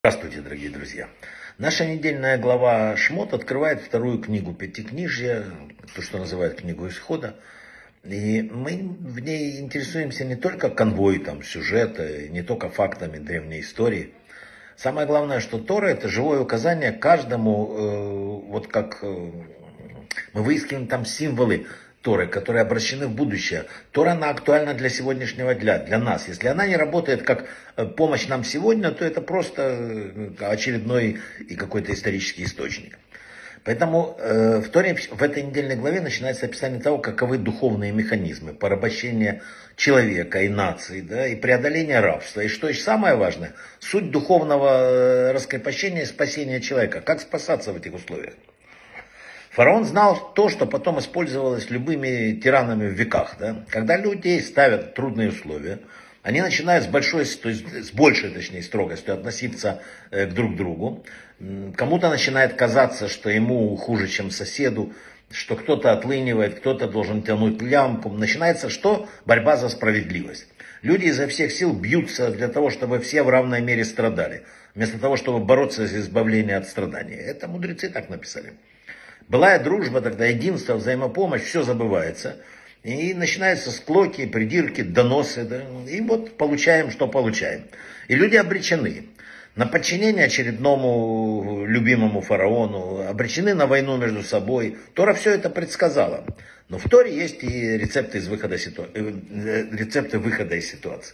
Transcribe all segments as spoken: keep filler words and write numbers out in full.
Здравствуйте, дорогие друзья. Наша недельная глава Шмот открывает вторую книгу Пятикнижья, то, что называют книгу Исхода. И мы в ней интересуемся не только конвой там, сюжета, не только фактами древней истории. Самое главное, что Тора — это живое указание каждому, э, вот как э, мы выискиваем там символы Торы, которые обращены в будущее. Тора, она актуальна для сегодняшнего дня, для нас. Если она не работает как помощь нам сегодня, то это просто очередной и какой-то исторический источник. Поэтому э, в Торе в этой недельной главе начинается описание того, каковы духовные механизмы порабощения человека и нации, да, и преодоления рабства. И что еще самое важное, суть духовного раскрепощения и спасения человека. Как спасаться в этих условиях? Фараон знал то, что потом использовалось любыми тиранами в веках. Да? Когда людей ставят в трудные условия, они начинают с большой, то есть с большей, точнее, строгостью относиться э, к друг другу. Кому-то начинает казаться, что ему хуже, чем соседу, что кто-то отлынивает, кто-то должен тянуть лямку. Начинается что? Борьба за справедливость. Люди изо всех сил бьются для того, чтобы все в равной мере страдали, вместо того, чтобы бороться за избавление от страданий. Это мудрецы так написали. Былая дружба, тогда единство, взаимопомощь, все забывается. И начинаются склоки, придирки, доносы. Да? И вот получаем, что получаем. И люди обречены на подчинение очередному любимому фараону, обречены на войну между собой. Тора все это предсказала. Но в Торе есть и рецепты, из выхода ситу... рецепты выхода из ситуации.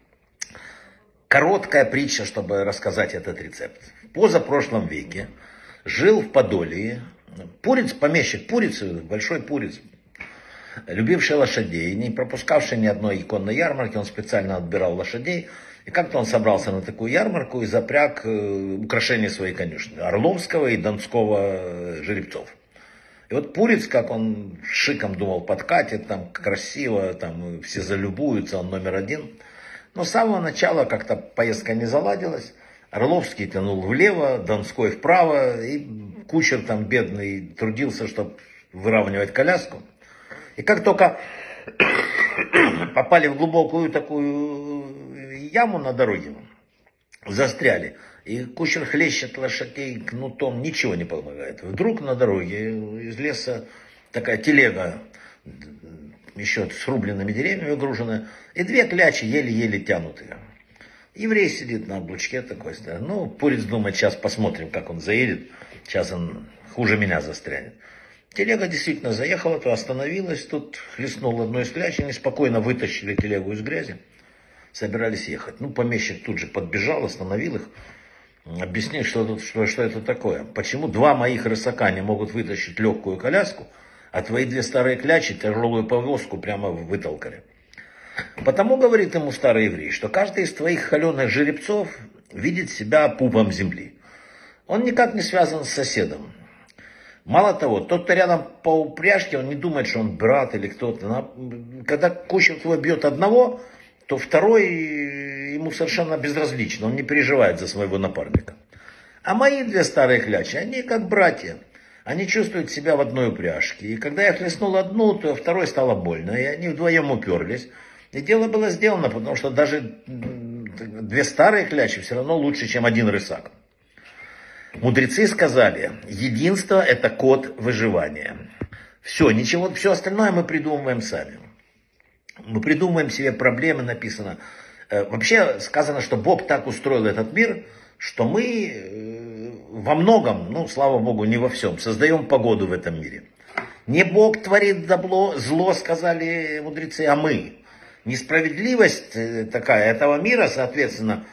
Короткая притча, чтобы рассказать этот рецепт. В позапрошлом веке жил в Подолии Пуриц, помещик Пурицы, большой Пуриц, любивший лошадей, не пропускавший ни одной иконной ярмарки, он специально отбирал лошадей. И как-то он собрался на такую ярмарку и запряг украшения своей конюшни, Орловского и Донского жеребцов. И вот Пуриц, как он шиком думал, подкатит, там красиво, там все залюбуются, он номер один. Но с самого начала как-то поездка не заладилась. Орловский тянул влево, Донской вправо, и кучер там бедный трудился, чтобы выравнивать коляску. И как только попали в глубокую такую яму на дороге, застряли, и кучер хлещет лошадей кнутом, ничего не помогает. Вдруг на дороге из леса такая телега, еще с рубленными деревьями груженная, и две клячи еле-еле тянут ее. Еврей сидит на облучке такой, ну, Пуриц думает, сейчас посмотрим, как он заедет, сейчас он хуже меня застрянет. Телега действительно заехала, то остановилась, тут хлестнул одной из кляч, они спокойно вытащили телегу из грязи, собирались ехать. Ну, помещик тут же подбежал, остановил их, объяснил, что, тут, что, что это такое. Почему два моих рысака не могут вытащить легкую коляску, а твои две старые клячи тяжелую повозку прямо вытолкали. Потому, говорит ему старый еврей, что каждый из твоих холеных жеребцов видит себя пупом земли. Он никак не связан с соседом. Мало того, тот, кто рядом по упряжке, он не думает, что он брат или кто-то. Когда кучер твой бьет одного, то второй ему совершенно безразлично, он не переживает за своего напарника. А мои две старые клячи, они как братья. Они чувствуют себя в одной упряжке. И когда я хлестнул одну, то второй стало больно. И они вдвоем уперлись. И дело было сделано, потому что даже две старые клячи все равно лучше, чем один рысак. Мудрецы сказали, единство – это код выживания. Все, ничего, все остальное мы придумываем сами. Мы придумываем себе проблемы, написано. Вообще сказано, что Бог так устроил этот мир, что мы во многом, ну, слава Богу, не во всем, создаем погоду в этом мире. Не Бог творит добро, зло, сказали мудрецы, а мы. Несправедливость такая этого мира, соответственно,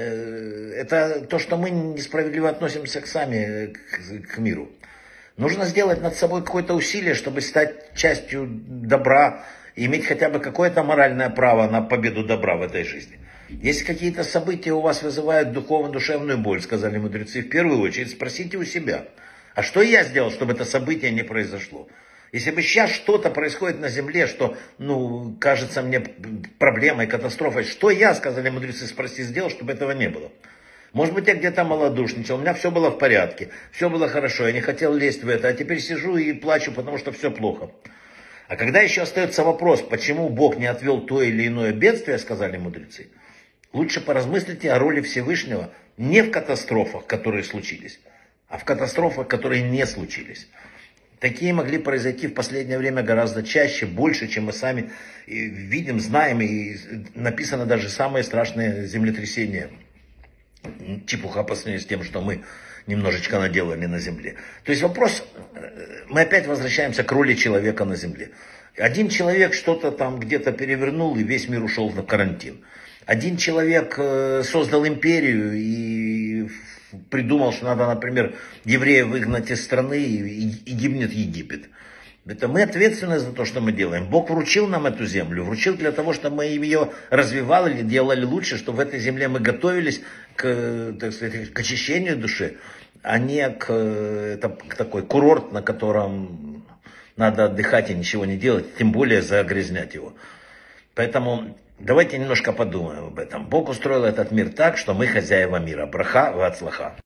это то, что мы несправедливо относимся к сами, к, к миру. Нужно сделать над собой какое-то усилие, чтобы стать частью добра, иметь хотя бы какое-то моральное право на победу добра в этой жизни. Если какие-то события у вас вызывают духовную, душевную боль, сказали мудрецы, в первую очередь спросите у себя, а что я сделал, чтобы это событие не произошло? Если бы сейчас что-то происходит на земле, что, ну, кажется мне проблемой, катастрофой, что я, сказали мудрецы, спроси, сделал, чтобы этого не было? Может быть, я где-то малодушничал, у меня все было в порядке, все было хорошо, я не хотел лезть в это, а теперь сижу и плачу, потому что все плохо. А когда еще остается вопрос, почему Бог не отвел то или иное бедствие, сказали мудрецы, Лучше поразмыслите о роли Всевышнего не в катастрофах, которые случились, а в катастрофах, которые не случились. Такие могли произойти в последнее время гораздо чаще, больше, чем мы сами видим, знаем. И написано даже самые страшные землетрясения. Чепуха по сравнению с тем, что мы немножечко наделали на земле. То есть вопрос, мы опять возвращаемся к роли человека на земле. Один человек что-то там где-то перевернул, и весь мир ушел на карантин. Один человек создал империю и придумал, что надо, например, евреев выгнать из страны, и, и гибнет Египет. Это мы ответственны за то, что мы делаем. Бог вручил нам эту землю, вручил для того, чтобы мы ее развивали, делали лучше, чтобы в этой земле мы готовились к, так сказать, к очищению души, а не к, это, к такой курорт, на котором надо отдыхать и ничего не делать, тем более загрязнять его. Поэтому давайте немножко подумаем об этом. Бог устроил этот мир так, что мы хозяева мира. Браха ва ацлаха.